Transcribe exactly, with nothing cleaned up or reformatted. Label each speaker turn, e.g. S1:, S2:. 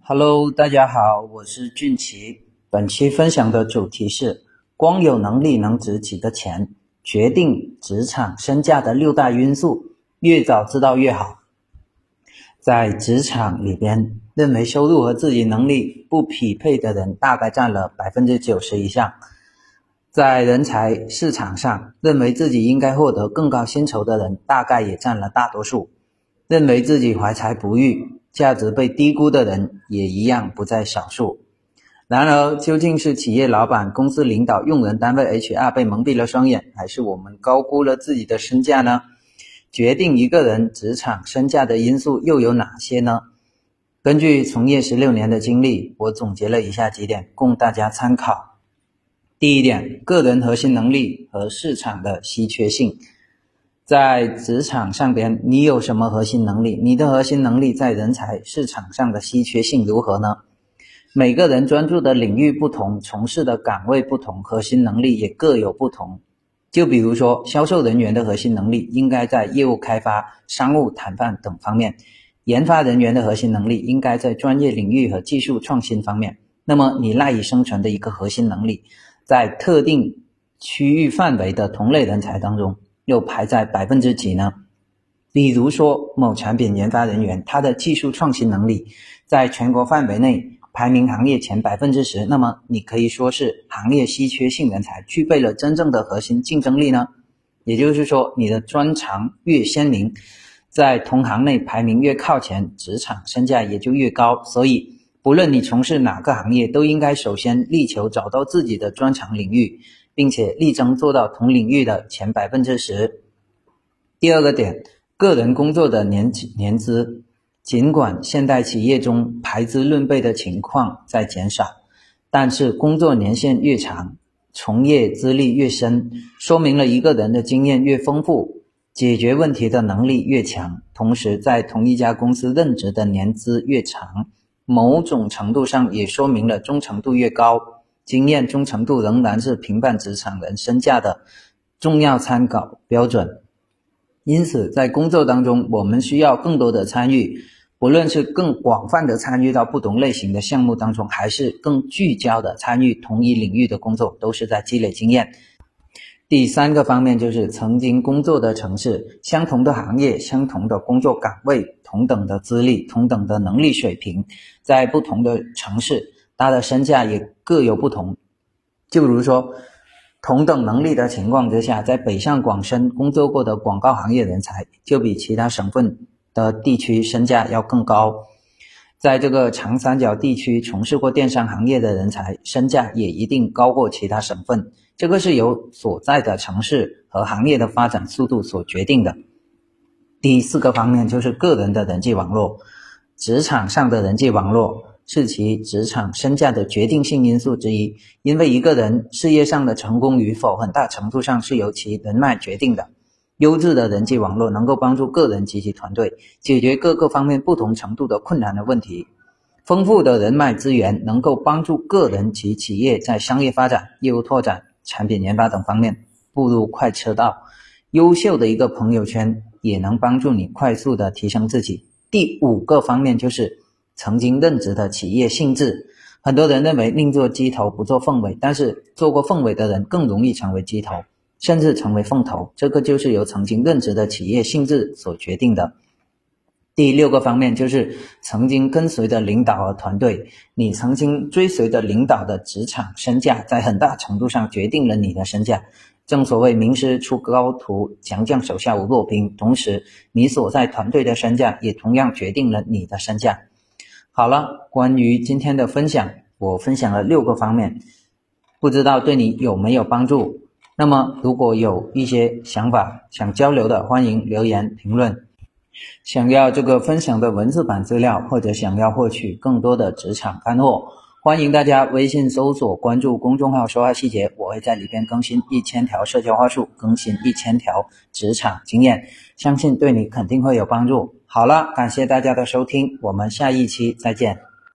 S1: Hello，大家好，我是俊奇。本期分享的主题是光有能力能值几个钱，决定职场身价的六大因素，越早知道越好。在职场里边，认为收入和自己能力不匹配的人大概占了 百分之九十 以上。在人才市场上，认为自己应该获得更高薪酬的人大概也占了大多数。认为自己怀才不遇，价值被低估的人也一样不在少数。然而，究竟是企业老板、公司领导、用人单位 H R 被蒙蔽了双眼，还是我们高估了自己的身价呢？决定一个人职场身价的因素又有哪些呢？根据从业十六年的经历，我总结了以下几点供大家参考。第一点，个人核心能力和市场的稀缺性。在职场上边，你有什么核心能力？你的核心能力在人才市场上的稀缺性如何呢？每个人专注的领域不同，从事的岗位不同，核心能力也各有不同。就比如说，销售人员的核心能力应该在业务开发、商务谈判等方面，研发人员的核心能力应该在专业领域和技术创新方面。那么你赖以生存的一个核心能力，在特定区域范围的同类人才当中又排在百分之几呢？比如说某产品研发人员，他的技术创新能力在全国范围内排名行业前 百分之十， 那么你可以说是行业稀缺性人才，具备了真正的核心竞争力呢？也就是说，你的专长越鲜明，在同行内排名越靠前，职场身价也就越高。所以不论你从事哪个行业，都应该首先力求找到自己的专长领域，并且力争做到同领域的前 百分之十。 第二个点，个人工作的年年资。尽管现代企业中排资论辈的情况在减少，但是工作年限越长，从业资历越深，说明了一个人的经验越丰富，解决问题的能力越强，同时在同一家公司任职的年资越长，某种程度上也说明了忠诚度越高。经验忠诚度仍然是评判职场人身价的重要参考标准。因此在工作当中，我们需要更多的参与，不论是更广泛的参与到不同类型的项目当中，还是更聚焦的参与同一领域的工作，都是在积累经验。第三个方面就是曾经工作的城市，相同的行业，相同的工作岗位，同等的资历，同等的能力水平，在不同的城市，它的身价也各有不同。就比如说同等能力的情况之下，在北上广深工作过的广告行业人才就比其他省份的地区身价要更高，在这个长三角地区从事过电商行业的人才身价也一定高过其他省份，这个是由所在的城市和行业的发展速度所决定的。第四个方面就是个人的人际网络。职场上的人际网络是其职场身价的决定性因素之一，因为一个人事业上的成功与否，很大程度上是由其人脉决定的。优质的人际网络能够帮助个人及其团队解决各个方面不同程度的困难的问题。丰富的人脉资源能够帮助个人及企业在商业发展、业务拓展、产品研发等方面步入快车道。优秀的一个朋友圈也能帮助你快速的提升自己。第五个方面就是曾经任职的企业性质。很多人认为宁做鸡头不做凤尾，但是做过凤尾的人更容易成为鸡头，甚至成为凤头，这个就是由曾经任职的企业性质所决定的。第六个方面就是曾经跟随的领导和团队。你曾经追随的领导的职场身价在很大程度上决定了你的身价。正所谓名师出高徒，强将手下无弱兵，同时你所在团队的身价也同样决定了你的身价。好了，关于今天的分享，我分享了六个方面，不知道对你有没有帮助。那么如果有一些想法想交流的，欢迎留言评论。想要这个分享的文字版资料，或者想要获取更多的职场干货，欢迎大家微信搜索关注公众号说话细节，我会在里边更新一千条社交话术，更新一千条职场经验，相信对你肯定会有帮助。好了，感谢大家的收听，我们下一期再见。